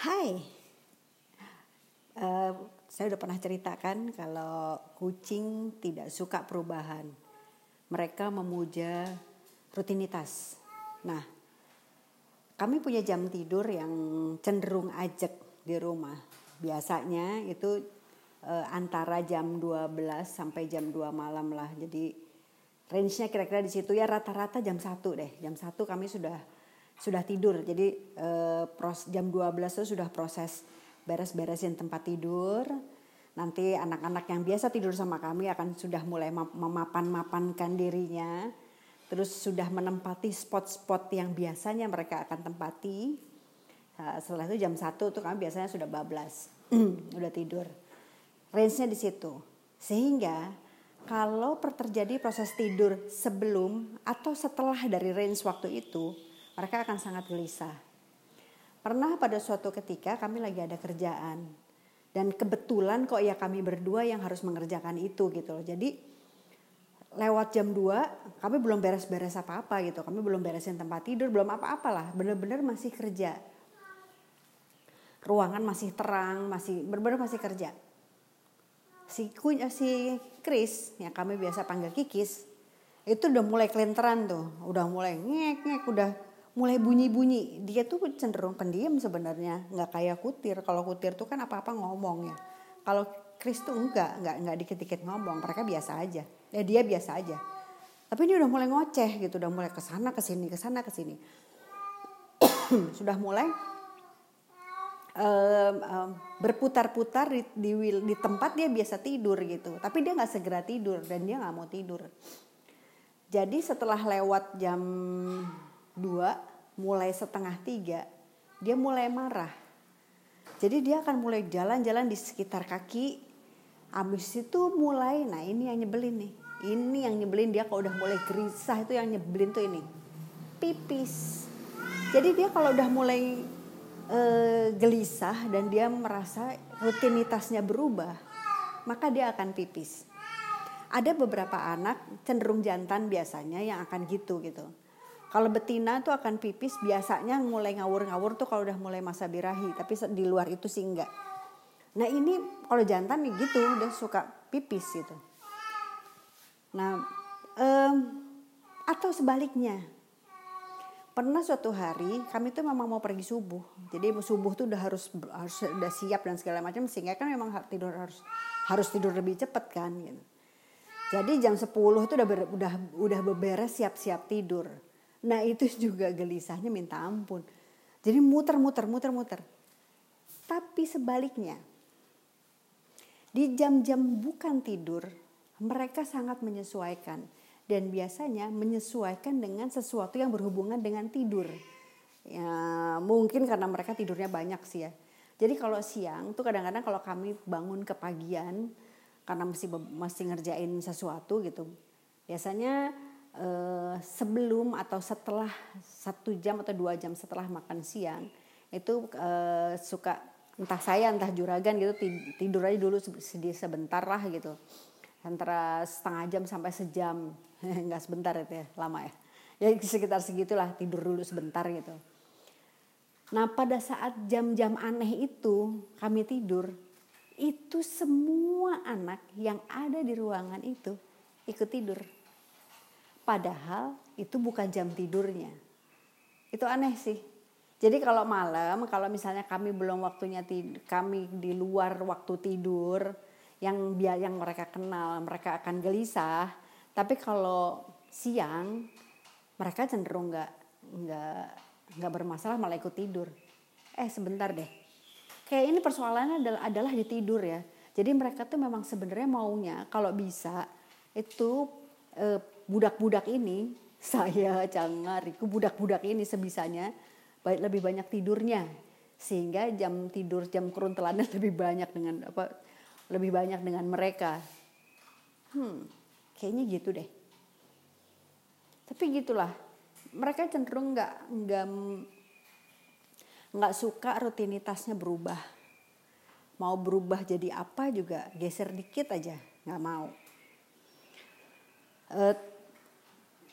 Hai, Eh, saya udah pernah ceritakan kalau kucing tidak suka perubahan. Mereka memuja rutinitas. Nah, kami punya jam tidur yang cenderung ajak di rumah. Biasanya itu antara jam 12 sampai jam 2 malam lah. Jadi range-nya kira-kira di situ ya, rata-rata jam 1 deh. Jam 1 kami sudah tidur. Jadi jam 12 itu sudah proses beres-beresin tempat tidur. Nanti anak-anak yang biasa tidur sama kami akan sudah mulai memapan-mapankan dirinya. Terus sudah menempati spot-spot yang biasanya mereka akan tempati. Setelah itu jam 1 tuh kami biasanya sudah bablas. Udah tidur. Range-nya di situ. Sehingga kalau terjadi proses tidur sebelum atau setelah dari range waktu itu, mereka akan sangat gelisah. Pernah pada suatu ketika kami lagi ada kerjaan. Dan kebetulan kok ya kami berdua yang harus mengerjakan itu gitu loh. Jadi lewat jam 2 kami belum beres-beres apa-apa gitu. Kami belum beresin tempat tidur, belum apa-apalah. Benar-benar masih kerja. Ruangan masih terang, benar-benar masih kerja. Si Chris, yang kami biasa panggil Kikis, itu udah mulai kelenteran tuh. Udah mulai ngek-ngek, udah mulai bunyi-bunyi. Dia tuh cenderung pendiam sebenarnya, nggak kayak Kutir. Kalau Kutir tuh kan apa-apa ngomong ya. Kalau Chris tuh nggak dikit-dikit ngomong. Mereka biasa aja. Dia biasa aja. Tapi ini udah mulai ngoceh gitu, udah mulai kesana kesini. Sudah mulai berputar-putar di tempat dia biasa tidur gitu. Tapi dia nggak segera tidur dan dia nggak mau tidur. Jadi setelah lewat jam 2 mulai setengah 3 dia mulai marah. Jadi dia akan mulai jalan-jalan di sekitar kaki. Abis itu mulai, nah ini yang nyebelin nih. Ini yang nyebelin dia kalau udah mulai gelisah, itu yang nyebelin tuh ini. Pipis. Jadi dia kalau udah mulai gelisah dan dia merasa rutinitasnya berubah, maka dia akan pipis. Ada beberapa anak cenderung jantan biasanya yang akan gitu. Kalau betina tuh akan pipis biasanya mulai ngawur-ngawur tuh kalau udah mulai masa birahi, tapi di luar itu sih enggak. Nah ini kalau jantan nih gitu, udah suka pipis gitu. Nah atau sebaliknya, pernah suatu hari kami tuh memang mau pergi subuh, jadi subuh tuh udah harus udah siap dan segala macam, sehingga kan memang harus tidur lebih cepat kan gitu. Jadi jam 10 tuh udah beberes siap-siap tidur. Nah itu juga gelisahnya minta ampun. Jadi muter. Tapi sebaliknya, di jam-jam bukan tidur, mereka sangat menyesuaikan. Dan biasanya menyesuaikan dengan sesuatu yang berhubungan dengan tidur. Ya, mungkin karena mereka tidurnya banyak sih ya. Jadi kalau siang tuh kadang-kadang kalau kami bangun kepagian, karena masih ngerjain sesuatu gitu. Biasanya sebelum atau setelah 1 jam atau 2 jam setelah makan siang, itu suka entah saya entah juragan gitu tidur aja dulu sebentar lah gitu. Antara setengah jam sampai sejam. Enggak sebentar itu ya, lama ya. Ya sekitar segitulah, tidur dulu sebentar gitu. Nah pada saat jam-jam aneh itu kami tidur, itu semua anak yang ada di ruangan itu ikut tidur. Padahal itu bukan jam tidurnya. Itu aneh sih. Jadi kalau malam, kalau misalnya kami belum waktunya kami di luar waktu tidur, yang mereka kenal, mereka akan gelisah. Tapi kalau siang, mereka cenderung nggak bermasalah, malah ikut tidur. Sebentar deh. Kayak ini persoalannya adalah di tidur ya. Jadi mereka tuh memang sebenarnya maunya kalau bisa itu budak-budak ini, saya Cangariku, budak-budak ini sebisanya lebih banyak tidurnya, sehingga jam keruntelannya lebih banyak dengan mereka. Kayaknya gitu deh. Tapi gitulah, mereka cenderung nggak suka rutinitasnya berubah. Mau berubah jadi apa juga geser dikit aja nggak mau.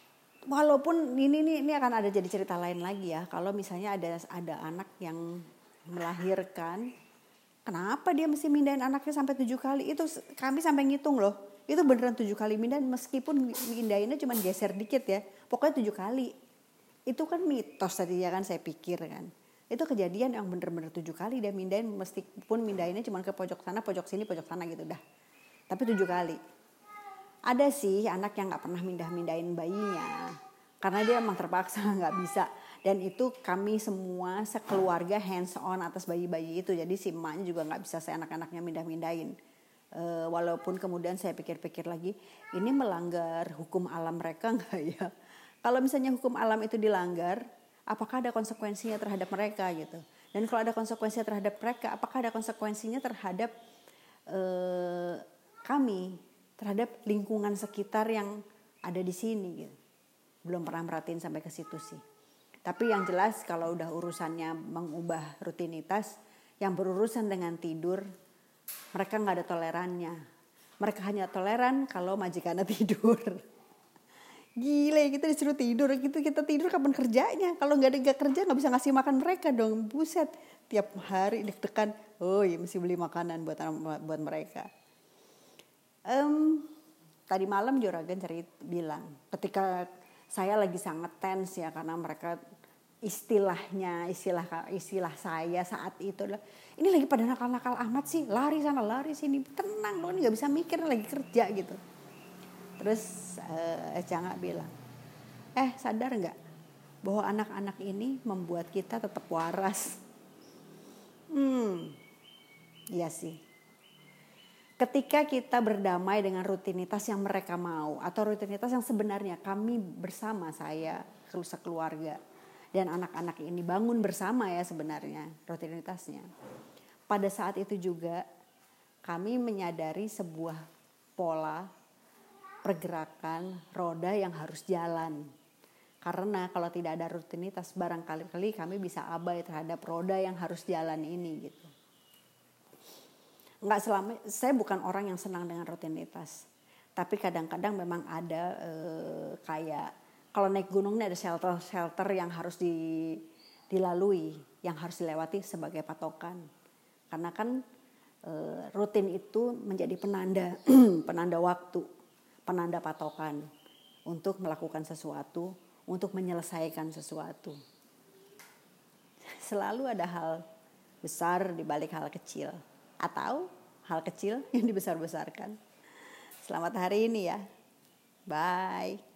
Walaupun ini akan ada jadi cerita lain lagi ya. Kalau misalnya ada anak yang melahirkan, kenapa dia mesti mindahin anaknya sampai 7 kali? Itu kami sampai ngitung loh. Itu beneran 7 kali mindahin, meskipun mindahinnya cuma geser dikit ya. Pokoknya 7 kali. Itu kan mitos tadi ya kan, saya pikir kan. Itu kejadian yang bener-bener 7 kali dia mindahin, meskipun mindahinnya cuma ke pojok sana, pojok sini, pojok sana gitu dah. Tapi 7 kali. Ada sih anak yang gak pernah mindahin bayinya. Karena dia emang terpaksa gak bisa. Dan itu kami semua sekeluarga hands on atas bayi-bayi itu. Jadi si emaknya juga gak bisa anak-anaknya mindahin. Walaupun kemudian saya pikir-pikir lagi, ini melanggar hukum alam mereka gak ya? Kalau misalnya hukum alam itu dilanggar, apakah ada konsekuensinya terhadap mereka gitu? Dan kalau ada konsekuensinya terhadap mereka, apakah ada konsekuensinya terhadap kami, terhadap lingkungan sekitar yang ada di sini gitu? Belum pernah merhatiin sampai ke situ sih. Tapi yang jelas kalau udah urusannya mengubah rutinitas yang berurusan dengan tidur, mereka gak ada tolerannya. Mereka hanya toleran kalau majikannya tidur. Gile, kita disuruh tidur, kita tidur kapan kerjanya? Kalau gak kerja gak bisa ngasih makan mereka dong. Buset, tiap hari deg-degan, oh iya mesti beli makanan buat mereka. Tadi malam Juragan bilang, ketika saya lagi sangat tense ya, karena mereka istilah saya saat itu adalah, ini lagi pada nakal-nakal amat sih, lari sana lari sini, tenang loh, ini nggak bisa mikir, lagi kerja gitu. Terus Canga bilang, sadar nggak bahwa anak-anak ini membuat kita tetap waras? Iya sih. Ketika kita berdamai dengan rutinitas yang mereka mau, atau rutinitas yang sebenarnya kami bersama, saya, keluarga, dan anak-anak ini bangun bersama ya sebenarnya rutinitasnya. Pada saat itu juga kami menyadari sebuah pola pergerakan roda yang harus jalan. Karena kalau tidak ada rutinitas, barangkali kami bisa abai terhadap roda yang harus jalan ini gitu. Saya bukan orang yang senang dengan rutinitas, tapi kadang-kadang memang ada kayak kalau naik gunung ini ada shelter yang harus dilalui, yang harus dilewati sebagai patokan. Karena kan rutin itu menjadi penanda waktu, penanda patokan untuk melakukan sesuatu, untuk menyelesaikan sesuatu. Selalu ada hal besar di balik hal kecil. Atau hal kecil yang dibesar-besarkan. Selamat hari ini ya. Bye.